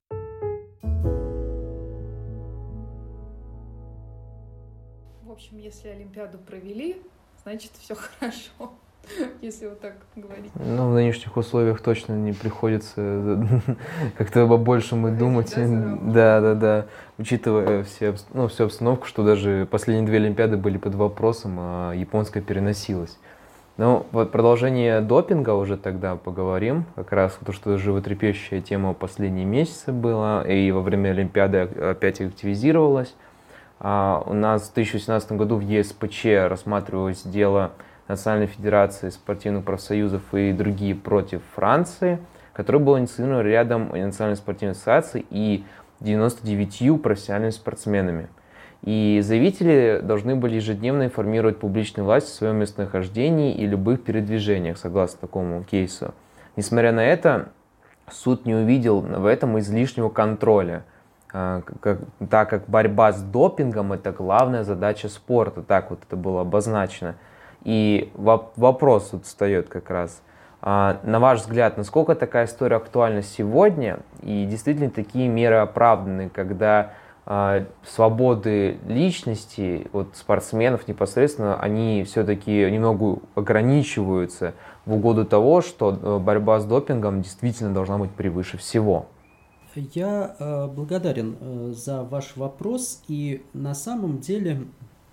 В общем, если Олимпиаду провели, значит, все хорошо, если вот так говорить. Ну, в нынешних условиях точно не приходится как-то по-большему думать. Да, да, да. Учитывая все, ну, всю обстановку, что даже последние две Олимпиады были под вопросом, а японская переносилась. Ну, вот продолжение допинга уже тогда поговорим. Как раз то, что животрепещущая тема последние месяцы была, и во время Олимпиады опять активизировалась. А у нас в две тысячи восемнадцатом году в е эс пэ че рассматривалось дело Национальной Федерации спортивных профсоюзов и другие против Франции, которое было инициировано рядом Национальной спортивной ассоциации и девяноста девятью профессиональными спортсменами. И заявители должны были ежедневно информировать публичную власть о своем местонахождении и любых передвижениях, согласно такому кейсу. Несмотря на это, суд не увидел в этом излишнего контроля, так как борьба с допингом – это главная задача спорта, так вот это было обозначено. И вопрос тут встает как раз, На ваш взгляд, насколько такая история актуальна сегодня, и действительно такие меры оправданы, когда свободы личности от спортсменов непосредственно, они все-таки немного ограничиваются в угоду того, что борьба с допингом действительно должна быть превыше всего? Я э, благодарен э, за ваш вопрос, и на самом деле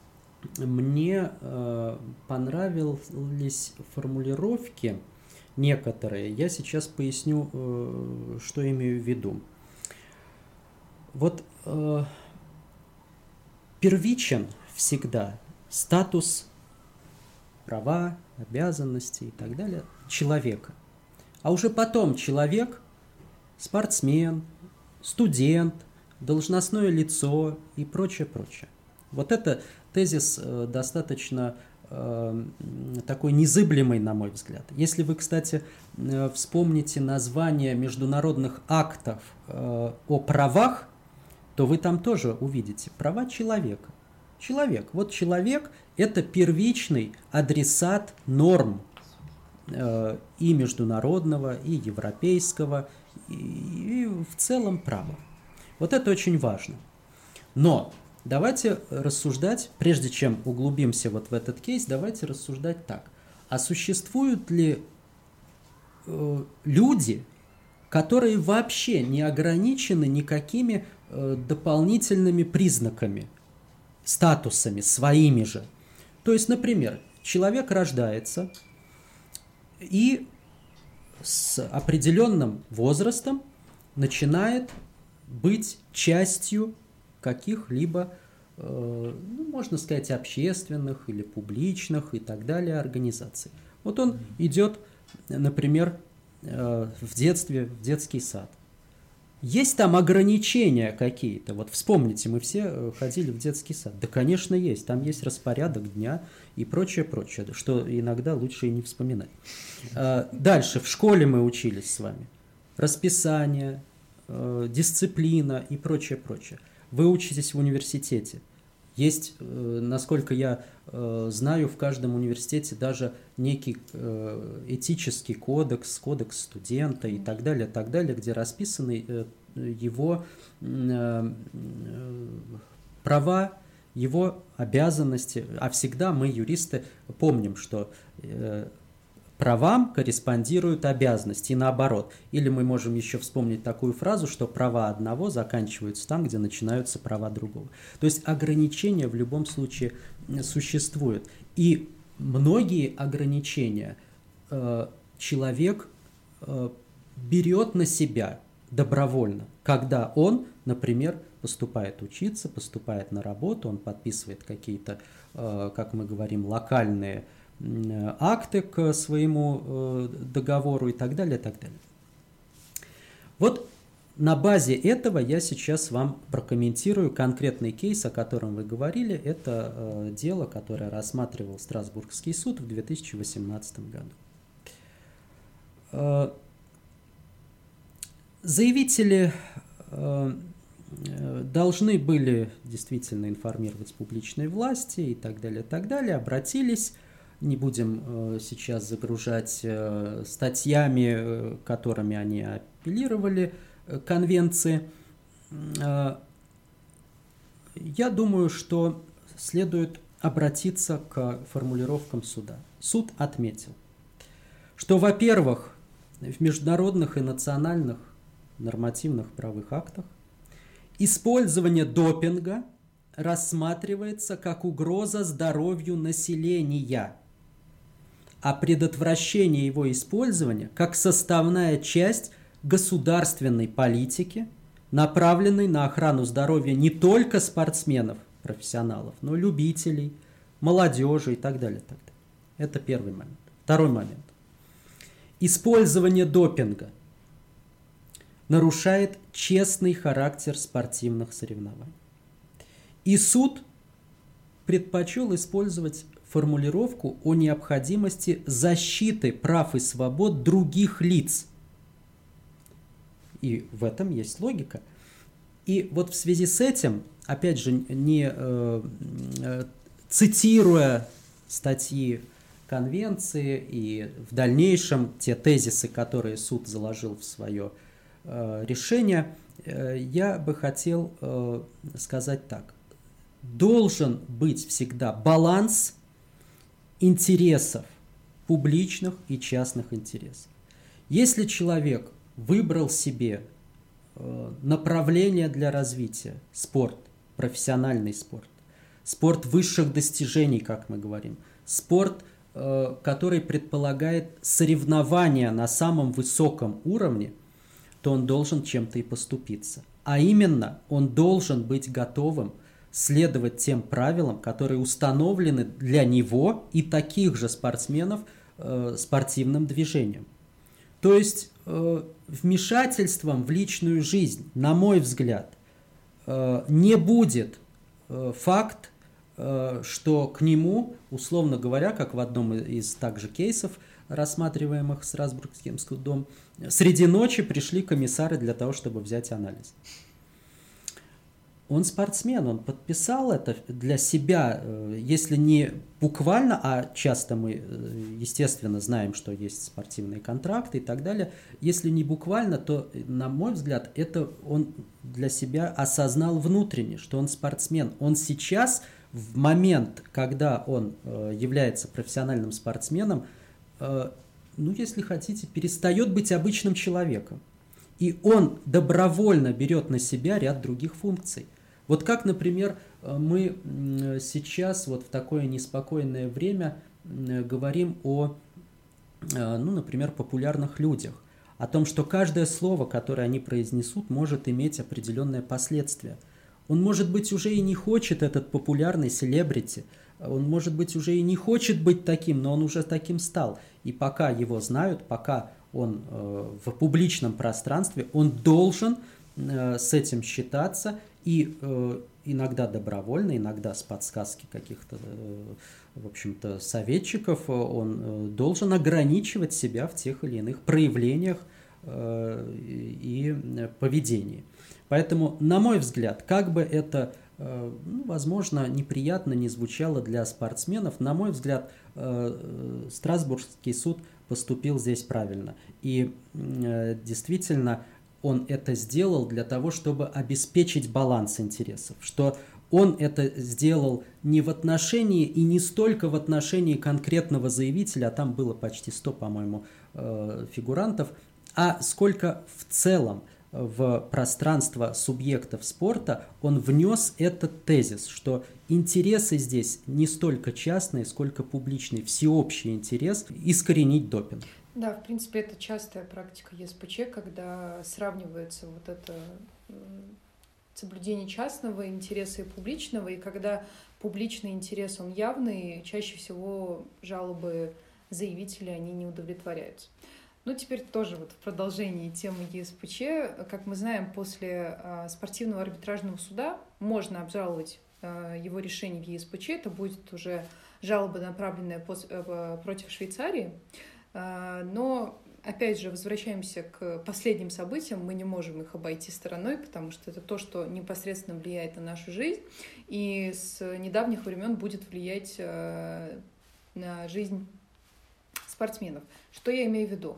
мне э, понравились формулировки некоторые. Я сейчас поясню, э, что имею в виду. Вот э, первичен всегда статус, права, обязанности и так далее человека. А уже потом человек, спортсмен, студент, должностное лицо и прочее, прочее. Вот это тезис э, достаточно э, такой незыблемый, на мой взгляд. Если вы, кстати, э, вспомните название международных актов э, о правах, то вы там тоже увидите права человека. Человек. Вот человек – это первичный адресат норм э, и международного, и европейского, и, и в целом права. Вот это очень важно. Но давайте рассуждать, прежде чем углубимся вот в этот кейс, давайте рассуждать так. А существуют ли э, люди, которые вообще не ограничены никакими э, дополнительными признаками, статусами, своими же? То есть, например, человек рождается и с определенным возрастом начинает быть частью каких-либо, э, ну, можно сказать, общественных или публичных и так далее организаций. Вот он идет, например, э, в детстве в детский сад. Есть там ограничения какие-то? Вот вспомните, мы все ходили в детский сад. Да, конечно, есть. Там есть распорядок дня и прочее, прочее, что иногда лучше и не вспоминать. Дальше, в школе мы учились с вами. Расписание, дисциплина и прочее, прочее. Вы учитесь в университете. Есть, насколько я знаю, в каждом университете даже некий этический кодекс, кодекс студента и так далее, так далее, где расписаны его права, его обязанности. А всегда мы, юристы, помним, что правам корреспондируют обязанности и наоборот. Или мы можем еще вспомнить такую фразу, что права одного заканчиваются там, где начинаются права другого. То есть ограничения в любом случае существуют. И многие ограничения э, человек э, берет на себя добровольно, когда он, например, поступает учиться, поступает на работу, он подписывает какие-то, э, как мы говорим, локальные акты к своему договору и так далее, и так далее. Вот на базе этого я сейчас вам прокомментирую конкретный кейс, о котором вы говорили. Это дело, которое рассматривал Страсбургский суд в две тысячи восемнадцатом году. Заявители должны были действительно информировать публичные власти и так далее, и так далее, обратились. Не будем э, сейчас загружать э, статьями, э, которыми они апеллировали э, конвенции. Э, я думаю, что следует обратиться к формулировкам суда. Суд отметил, что, во-первых, в международных и национальных нормативных правовых актах использование допинга рассматривается как угроза здоровью населения, а предотвращение его использования как составная часть государственной политики, направленной на охрану здоровья не только спортсменов, профессионалов, но и любителей, молодежи и так далее, так далее. Это первый момент. Второй момент. Использование допинга нарушает честный характер спортивных соревнований. И суд предпочел использовать формулировку о необходимости защиты прав и свобод других лиц. И в этом есть логика. И вот в связи с этим, опять же, не э, э, цитируя статьи конвенции и в дальнейшем те тезисы, которые суд заложил в свое э, решение, э, я бы хотел э, сказать так. Должен быть всегда баланс интересов, публичных и частных интересов. Если человек выбрал себе э, направление для развития, спорт, профессиональный спорт, спорт высших достижений, как мы говорим, спорт, э, который предполагает соревнования на самом высоком уровне, то он должен чем-то и поступиться. А именно, он должен быть готовым следовать тем правилам, которые установлены для него и таких же спортсменов э, спортивным движением. То есть э, вмешательством в личную жизнь, на мой взгляд, э, не будет э, факт, э, что к нему, условно говоря, как в одном из также кейсов, рассматриваемых Страсбургским судом, среди ночи пришли комиссары для того, чтобы взять анализ. Он спортсмен, он подписал это для себя, если не буквально, а часто мы, естественно, знаем, что есть спортивные контракты и так далее. Если не буквально, то, на мой взгляд, это он для себя осознал внутренне, что он спортсмен. Он сейчас, в момент, когда он является профессиональным спортсменом, ну, если хотите, перестает быть обычным человеком. И он добровольно берет на себя ряд других функций. Вот как, например, мы сейчас вот в такое неспокойное время говорим о, ну, например, популярных людях, о том, что каждое слово, которое они произнесут, может иметь определенные последствия. Он, может быть, уже и не хочет, этот популярный селебрити, он, может быть, уже и не хочет быть таким, но он уже таким стал. И пока его знают, пока он э, в публичном пространстве, он должен э, с этим считаться и э, иногда добровольно, иногда с подсказки каких-то, э, в общем-то, советчиков, он э, должен ограничивать себя в тех или иных проявлениях э, и поведении. Поэтому, на мой взгляд, как бы это, э, ну, возможно, неприятно не звучало для спортсменов, на мой взгляд, э, Страсбургский суд поступил здесь правильно. И э, действительно, он это сделал для того, чтобы обеспечить баланс интересов, что он это сделал не в отношении и не столько в отношении конкретного заявителя, а там было почти сто, по-моему, э, фигурантов, а сколько в целом в пространство субъектов спорта он внес этот тезис, что интересы здесь не столько частные, сколько публичные, всеобщий интерес искоренить допинг. Да, в принципе, это частая практика ЕСПЧ, когда сравнивается вот это соблюдение частного интереса и публичного, и когда публичный интерес, он явный, чаще всего жалобы заявителей, они не удовлетворяются. Ну, теперь тоже вот в продолжении темы ЕСПЧ, как мы знаем, после э, спортивного арбитражного суда можно обжаловать э, его решение в ЕСПЧ, это будет уже жалоба, направленная пос, э, против Швейцарии, э, но, опять же, возвращаемся к последним событиям, мы не можем их обойти стороной, потому что это то, что непосредственно влияет на нашу жизнь, и с недавних времен будет влиять э, на жизнь спортсменов. Что я имею в виду?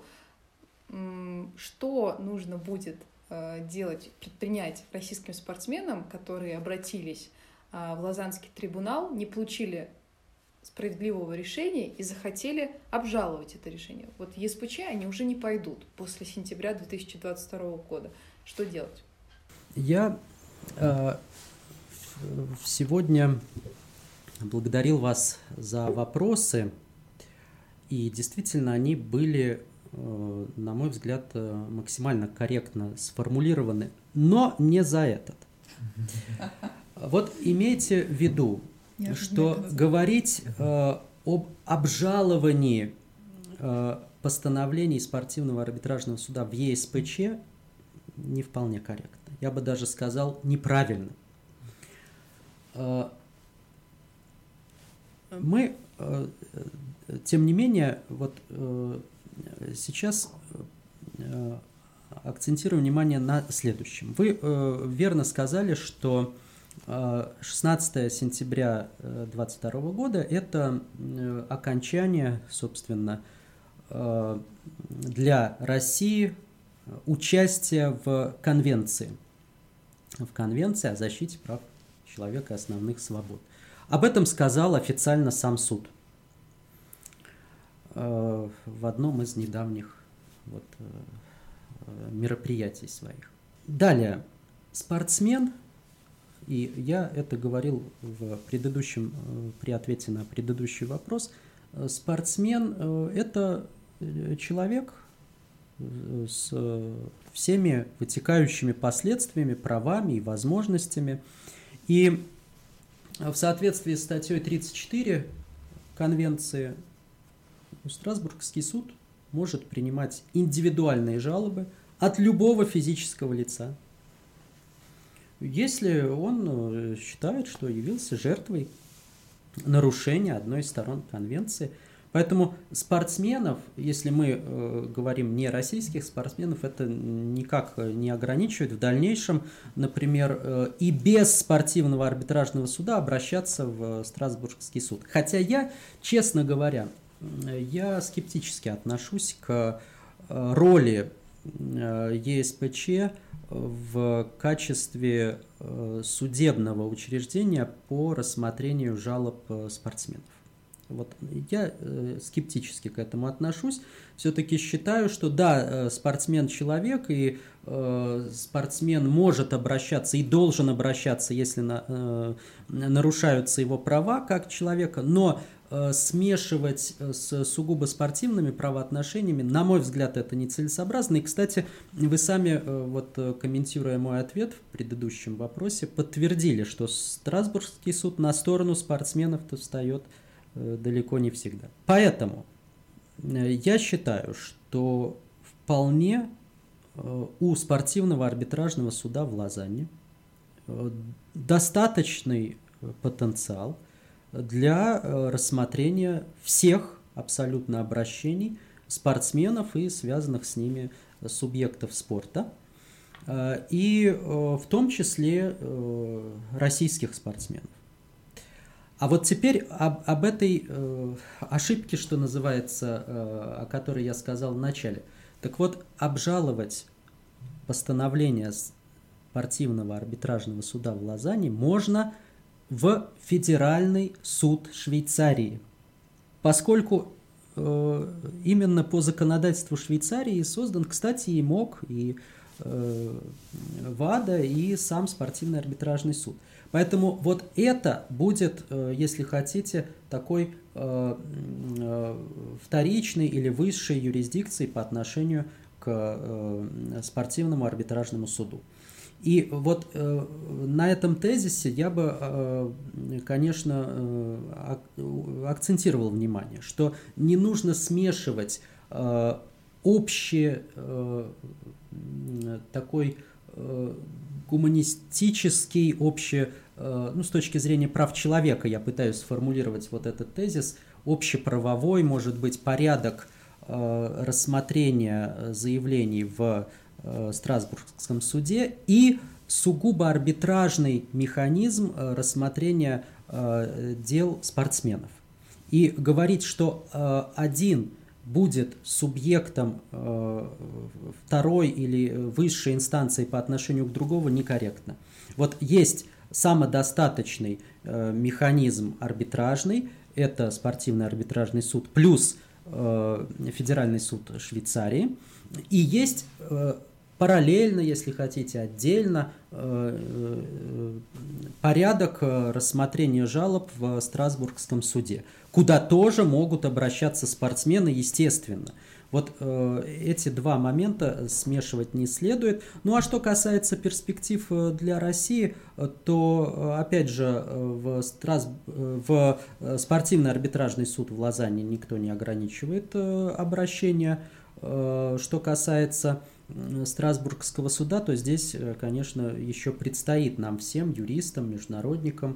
Что нужно будет делать, предпринять российским спортсменам, которые обратились в Лозаннский трибунал, не получили справедливого решения и захотели обжаловать это решение? Вот в ЕСПЧ они уже не пойдут после сентября две тысячи двадцать второго года. Что делать? Я э, сегодня благодарил вас за вопросы, и действительно они были, на мой взгляд, максимально корректно сформулированы, но не за этот. Вот имейте в виду, Я что говорить э, об обжаловании э, постановлений спортивного арбитражного суда в ЕСПЧ не вполне корректно. Я бы даже сказал неправильно. Э, мы, э, тем не менее, вот э, сейчас акцентирую внимание на следующем. Вы э, верно сказали, что шестнадцатого сентября две тысячи двадцать второго года – это окончание, собственно, для России участия в конвенции, в конвенции о защите прав человека и основных свобод. Об этом сказал официально сам суд в одном из недавних вот, мероприятий своих. Далее, спортсмен, и я это говорил в предыдущем, при ответе на предыдущий вопрос, спортсмен – это человек с всеми вытекающими последствиями, правами и возможностями. И в соответствии с статьей тридцать четыре Конвенции Страсбургский суд может принимать индивидуальные жалобы от любого физического лица, если он считает, что явился жертвой нарушения одной из сторон Конвенции. Поэтому спортсменов, если мы э, говорим не российских спортсменов, это никак не ограничивает в дальнейшем, например, э, и без спортивного арбитражного суда обращаться в Страсбургский суд. Хотя я, честно говоря, я скептически отношусь к э, роли э, ЕСПЧ в качестве э, судебного учреждения по рассмотрению жалоб э, спортсменов. Вот я э, скептически к этому отношусь. Все-таки считаю, что да, э, спортсмен человек, и э, спортсмен может обращаться и должен обращаться, если на, э, нарушаются его права как человека, но э, смешивать с сугубо спортивными правоотношениями, на мой взгляд, это нецелесообразно. И, кстати, вы сами, э, вот, комментируя мой ответ в предыдущем вопросе, подтвердили, что Страсбургский суд на сторону спортсменов-то встает далеко не всегда. Поэтому я считаю, что вполне у спортивного арбитражного суда в Лозанне достаточный потенциал для рассмотрения всех абсолютно обращений спортсменов и связанных с ними субъектов спорта, и в том числе российских спортсменов. А вот теперь об, об этой э, ошибке, что называется, э, о которой я сказал в начале. Так вот, обжаловать постановление спортивного арбитражного суда в Лозанне можно в Федеральный суд Швейцарии, поскольку э, именно по законодательству Швейцарии создан, кстати, и МОК, и э, ВАДА, и сам спортивный арбитражный суд. Поэтому вот это будет, если хотите, такой вторичной или высшей юрисдикцией по отношению к спортивному арбитражному суду. И вот на этом тезисе я бы, конечно, акцентировал внимание, что не нужно смешивать общий такой гуманистический, общий, ну, с точки зрения прав человека, я пытаюсь сформулировать вот этот тезис, общеправовой, может быть, порядок э, рассмотрения заявлений в э, Страсбургском суде и сугубо арбитражный механизм э, рассмотрения э, дел спортсменов. И говорить, что э, один будет субъектом э, второй или высшей инстанции по отношению к другому, некорректно. Вот есть самодостаточный э, механизм арбитражный, это спортивный арбитражный суд плюс э, Федеральный суд Швейцарии, и есть э, параллельно, если хотите, отдельно э, э, порядок рассмотрения жалоб в Страсбургском суде, куда тоже могут обращаться спортсмены, естественно. Вот э, эти два момента смешивать не следует. Ну а что касается перспектив для России, то, опять же, в, Страс... в спортивный арбитражный суд в Лозанне никто не ограничивает э, обращение. Э, что касается Страсбургского суда, то здесь, конечно, еще предстоит нам всем, юристам, международникам,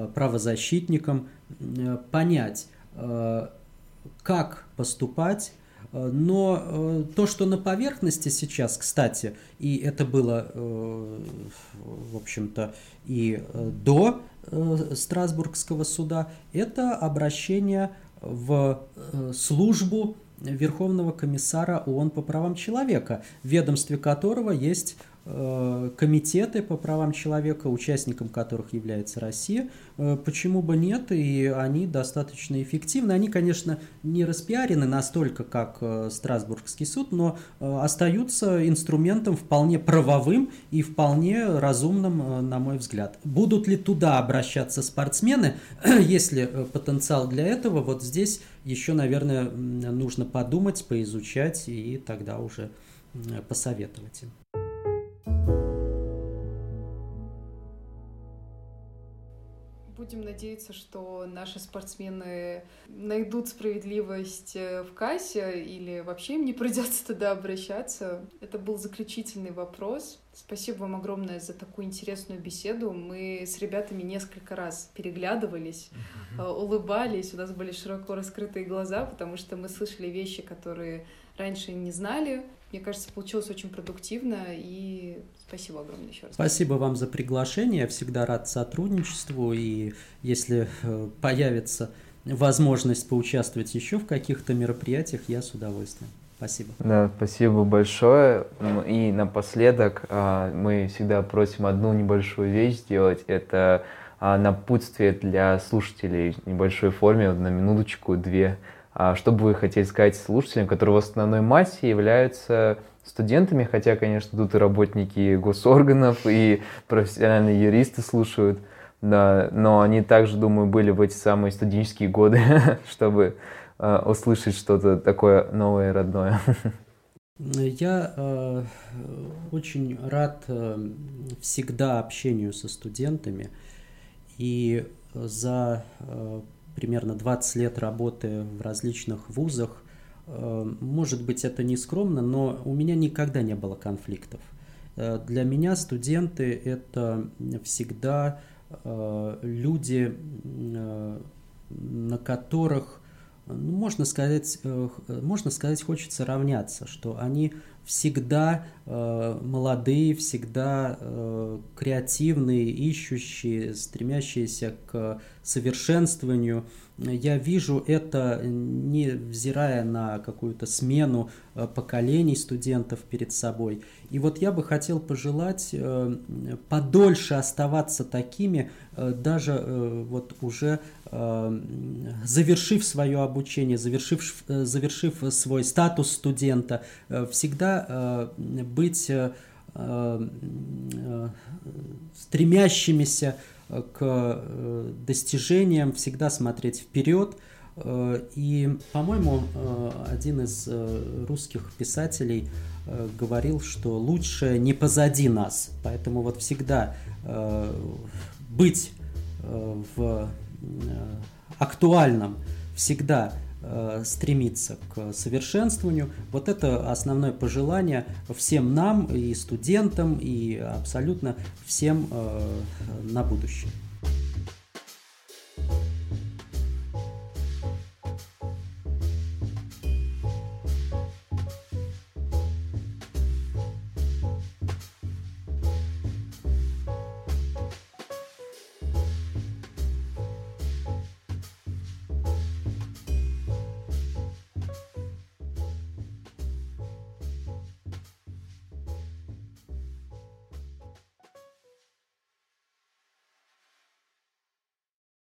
правозащитникам, понять, как поступать Но то, что на поверхности сейчас, кстати, и это было, в общем-то, и до Страсбургского суда, это обращение в службу Верховного комиссара ООН по правам человека, в ведомстве которого есть комитеты по правам человека, участником которых является Россия. Почему бы нет? И они достаточно эффективны. Они, конечно, не распиарены настолько, как Страсбургский суд, но остаются инструментом вполне правовым и вполне разумным, на мой взгляд. Будут ли туда обращаться спортсмены? Если потенциал для этого, вот здесь еще, наверное, нужно подумать, поизучать и тогда уже посоветовать им. Будем надеяться, что наши спортсмены найдут справедливость в кассе или вообще им не придется туда обращаться. Это был заключительный вопрос. Спасибо вам огромное за такую интересную беседу. Мы с ребятами несколько раз переглядывались, uh-huh. улыбались, у нас были широко раскрытые глаза, потому что мы слышали вещи, которые раньше не знали. Мне кажется, получилось очень продуктивно, и спасибо огромное еще раз. Спасибо вам за приглашение, я всегда рад сотрудничеству, и если появится возможность поучаствовать еще в каких-то мероприятиях, я с удовольствием. Спасибо. Да, спасибо большое. И напоследок мы всегда просим одну небольшую вещь сделать, это напутствие для слушателей в небольшой форме, на минуточку-две. Что бы вы хотели сказать слушателям, которые в основной массе являются студентами, хотя, конечно, тут и работники госорганов, и профессиональные юристы слушают, да, но они также, думаю, были в эти самые студенческие годы, чтобы э, услышать что-то такое новое и родное. Я э, очень рад э, всегда общению со студентами, и за э, примерно двадцать лет работы в различных вузах. Может быть, это не скромно, но у меня никогда не было конфликтов. Для меня студенты – это всегда люди, на которых, ну, можно сказать, можно сказать, хочется равняться, что они всегда э, молодые, всегда э, креативные, ищущие, стремящиеся к совершенствованию. Я вижу это, невзирая на какую-то смену э, поколений студентов перед собой. И вот я бы хотел пожелать э, подольше оставаться такими, э, даже э, вот уже э, завершив свое обучение, завершив, э, завершив свой статус студента, э, всегда быть стремящимися к достижениям, всегда смотреть вперед. И, по-моему, один из русских писателей говорил, что лучшее не позади нас. Поэтому вот всегда быть в актуальном, всегда стремиться к совершенствованию. Вот это основное пожелание всем нам, и студентам, и абсолютно всем на будущее.